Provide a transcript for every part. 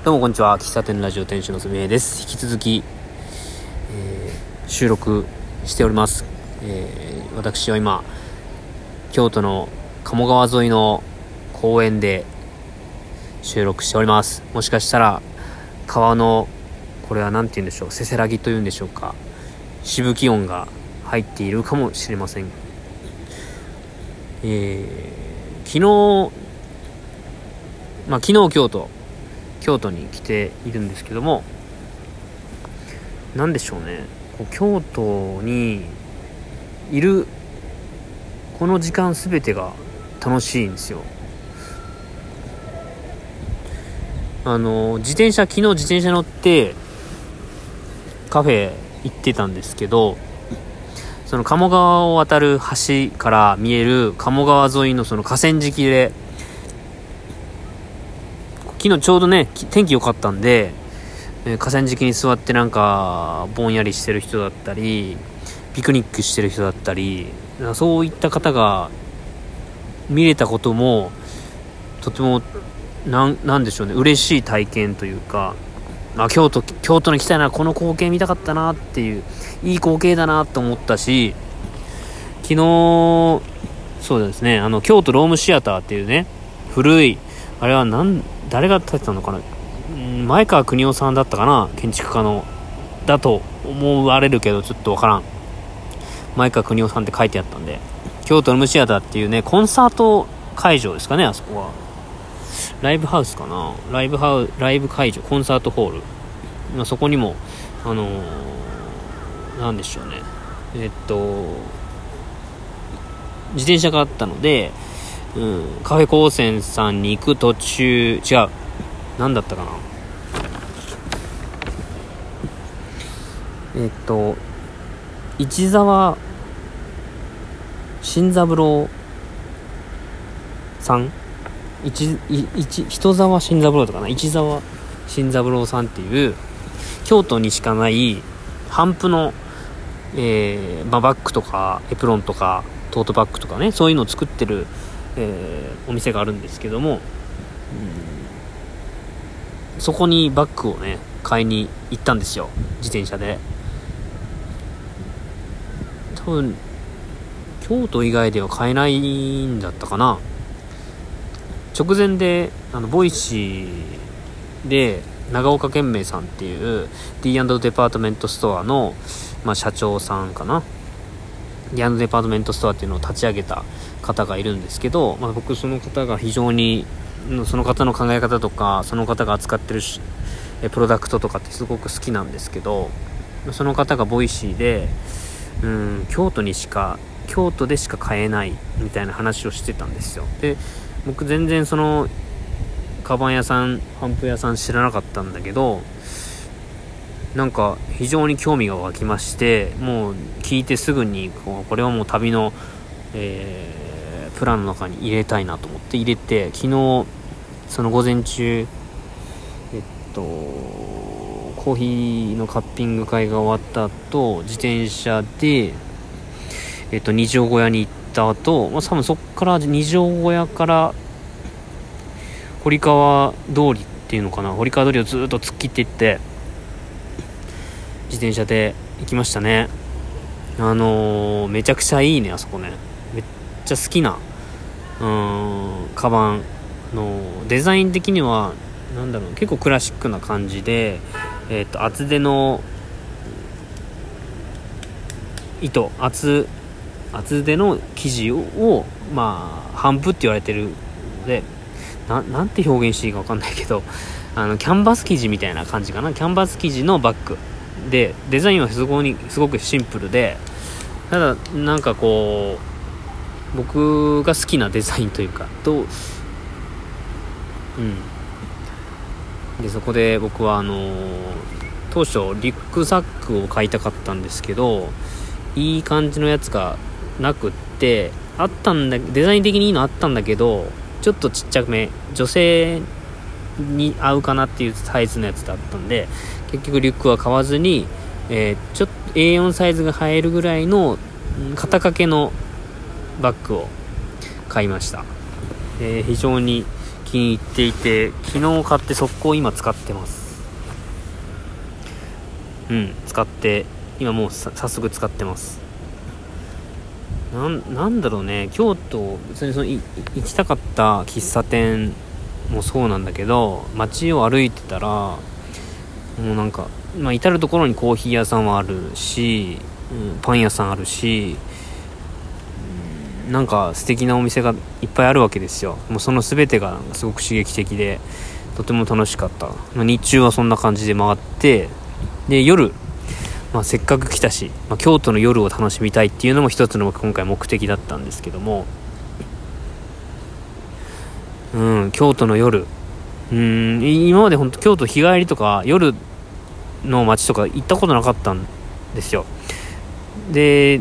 どうもこんにちは。喫茶店ラジオ店主のすみえです。引き続き、収録しております。私は今京都の鴨川沿いの公園で収録しております。もしかしたら川のこれは何て言うんでしょう、せせらぎというんでしょうか、しぶき音が入っているかもしれません。昨日京都に来ているんですけども、なんでしょうね、京都にいるこの時間すべてが楽しいんですよ。昨日自転車乗ってカフェ行ってたんですけど、その鴨川を渡る橋から見える鴨川沿いのその河川敷で、昨日ちょうどね天気良かったんで、河川敷に座ってなんかぼんやりしてる人だったり、ピクニックしてる人だったり、そういった方が見れたこともとてもなんでしょうね、嬉しい体験というか、京都に来たいな、この光景見たかったなっていう、いい光景だなと思ったし、昨日そうですね、京都ロームシアターっていうね、古い、あれは誰が建てたのかな、前川邦夫さんだったかな、建築家のだと思われるけどちょっとわからん。前川邦夫さんって書いてあったんで、京都ロームシアターっていうね、コンサート会場ですかね、あそこはライブハウスかな、ライブ会場、コンサートホール、そこにもなんでしょうね、自転車があったので、カフェ高専さんに行く途中、何だったかな、市沢新三郎さん、人沢新三郎とかな、市沢新三郎さんっていう京都にしかない帆布の、バッグとかエプロンとかトートバッグとかね、そういうのを作ってる、お店があるんですけども、そこにバッグをね買いに行ったんですよ、自転車で。多分京都以外では買えないんだったかな。直前でボイシーで長岡健明さんっていう D&デパートメントストアの、社長さんかな、D&デパートメントストアっていうのを立ち上げた方がいるんですけど、僕その方が非常に、その方の考え方とかその方が扱ってるプロダクトとかってすごく好きなんですけど、その方がボイシーで京都でしか買えないみたいな話をしてたんですよ。で、僕全然そのカバン屋さん、帆布屋さん知らなかったんだけど、なんか非常に興味が湧きまして、もう聞いてすぐにこれはもう旅の、プランの中に入れたいなと思って入れて、昨日その午前中コーヒーのカッピング会が終わった後、自転車で二条小屋に行った後、多分そっから二条小屋から堀川通りっていうのかな、堀川通りをずっと突っ切っていって自転車で行きましたね。めちゃくちゃいいね、あそこね。めっちゃ好きなカバンのデザイン的には結構クラシックな感じで、厚手の糸、厚手の生地を帆布って言われてるので、なんて表現していいか分かんないけど、キャンバス生地みたいな感じかな。キャンバス生地のバッグで、デザインはすごくシンプルで、ただなんかこう僕が好きなデザインというかで、そこで僕は当初リュックサックを買いたかったんですけど、いい感じのやつがなくって、デザイン的にいいのあったんだけど、ちょっとちっちゃめ、女性に合うかなっていうサイズのやつだったんで、結局リュックは買わずに、ちょっと A4 サイズが入るぐらいの肩掛けのバッグを買いました。非常に気気に入っていて、昨日買って速攻今使ってます。使って今もう早速使ってます。なんだろうね、京都別に行きたかった喫茶店もそうなんだけど、街を歩いてたらもうなんか、至る所にコーヒー屋さんはあるし、パン屋さんあるし、なんか素敵なお店がいっぱいあるわけですよ。もうその全てがなんかすごく刺激的でとても楽しかった。日中はそんな感じで回って、で夜、せっかく来たし、京都の夜を楽しみたいっていうのも一つの今回目的だったんですけども、京都の夜、今まで本当京都日帰りとか夜の街とか行ったことなかったんですよ。で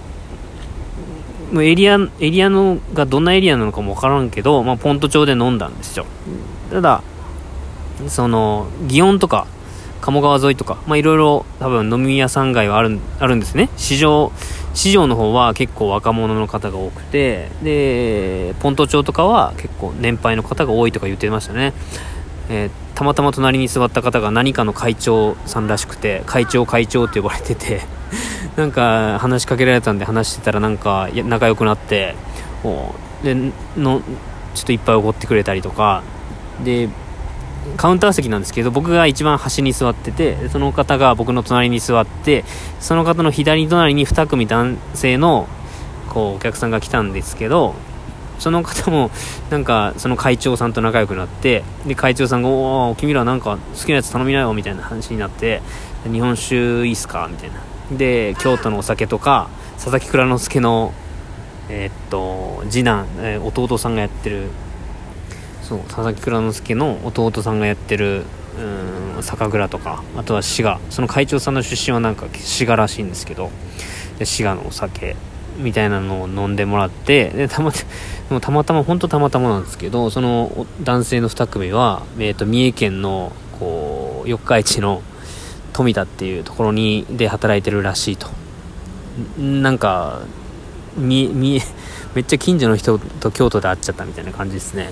エリアのがどんなエリアなのかもわからんけど、ポント町で飲んだんですよ。ただその祇園とか鴨川沿いとか、いろいろ多分飲み屋さん街はあるんですね。市場の方は結構若者の方が多くて、でポント町とかは結構年配の方が多いとか言ってましたね。たまたま隣に座った方が何かの会長さんらしくて、会長って呼ばれててなんか話しかけられたんで話してたらなんか仲良くなって、でちょっと一杯おごってくれたりとかで、カウンター席なんですけど僕が一番端に座ってて、その方が僕の隣に座って、その方の左隣に2組男性のお客さんが来たんですけど、その方もなんかその会長さんと仲良くなって、で会長さんが君らなんか好きなやつ頼みなよみたいな話になって、日本酒いいっすかみたいなで、京都のお酒とか佐々木蔵之介の次男、弟さんがやってる、佐々木蔵之介の弟さんがやってる酒蔵とか、あとは滋賀、その会長さんの出身はなんか滋賀らしいんですけど、で滋賀のお酒みたいなのを飲んでもらって、でたまたま本当たまたまなんですけど、その男性の2組は、三重県の四日市の富田っていうところで働いてるらしいと。なんかめっちゃ近所の人と京都で会っちゃったみたいな感じですね。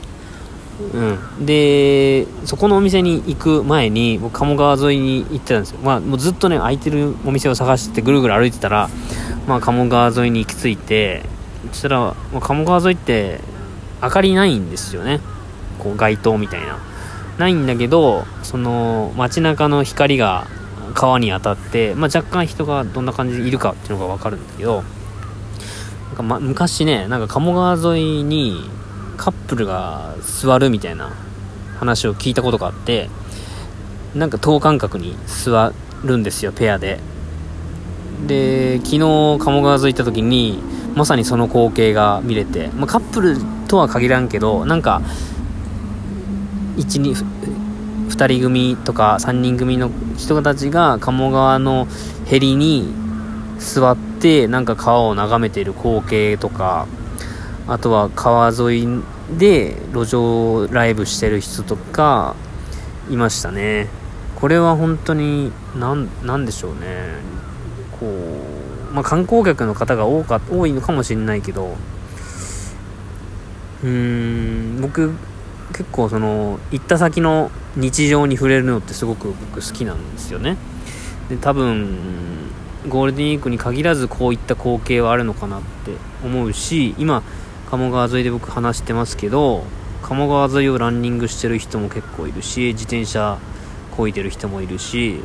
でそこのお店に行く前に僕鴨川沿いに行ってたんですよ。もうずっとね空いてるお店を探してぐるぐる歩いてたら、鴨川沿いに行き着いて、そしたら鴨川沿いって明かりないんですよね。街灯みたいなないんだけど、その街中の光が川に当たって、若干人がどんな感じでいるかっていうのが分かるんだけど、昔ね、なんか鴨川沿いにカップルが座るみたいな話を聞いたことがあって、なんか等間隔に座るんですよ、ペアで。で昨日鴨川沿い行った時にまさにその光景が見れて、カップルとは限らんけど、なんか2人組とか3人組の人たちが鴨川のへりに座ってなんか川を眺めている光景とか、あとは川沿いで路上ライブしてる人とかいましたね。これは本当になんでしょうね、観光客の方が多いのかもしれないけど、僕結構その行った先の日常に触れるのってすごく僕好きなんですよね。で多分ゴールデンウィークに限らずこういった光景はあるのかなって思うし、今鴨川沿いで僕話してますけど、鴨川沿いをランニングしてる人も結構いるし、自転車漕いでる人もいるし、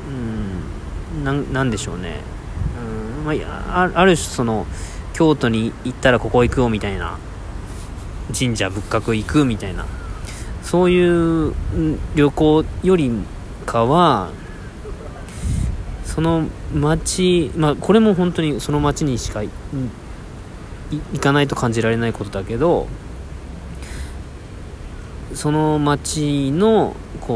なんでしょうね、ある種その京都に行ったらここ行くよみたいな、神社仏閣行くみたいな、そういう旅行よりかはその街、これも本当にその街にしか行かないと感じられないことだけど、その街の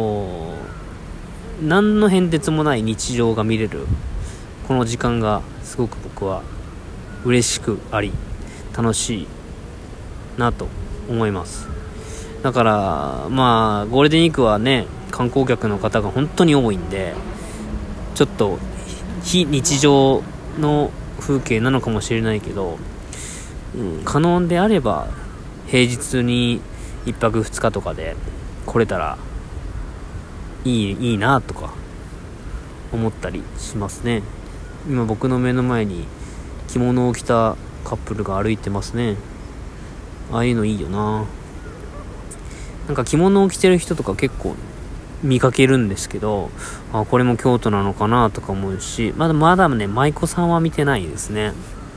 何の変哲もない日常が見れるこの時間がすごく僕は嬉しくあり楽しいなと思います。だからゴールデンウィークはね、観光客の方が本当に多いんで、ちょっと非日常の風景なのかもしれないけど、可能であれば平日に 1泊2日とかで来れたらいいなとか思ったりしますね。今僕の目の前に着物を着たカップルが歩いてますね。ああいうのいいよな。なんか着物を着てる人とか結構見かけるんですけど、これも京都なのかなとか思うし、まだね舞妓さんは見てないですね。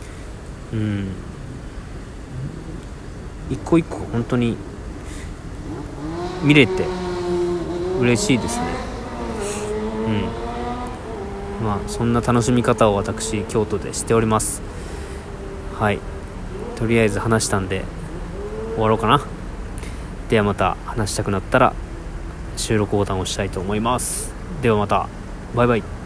一個一個本当に見れて嬉しいですね。そんな楽しみ方を私京都でしております。はい、とりあえず話したんで終わろうかな。ではまた話したくなったら収録ボタンを押したいと思います。ではまた、バイバイ。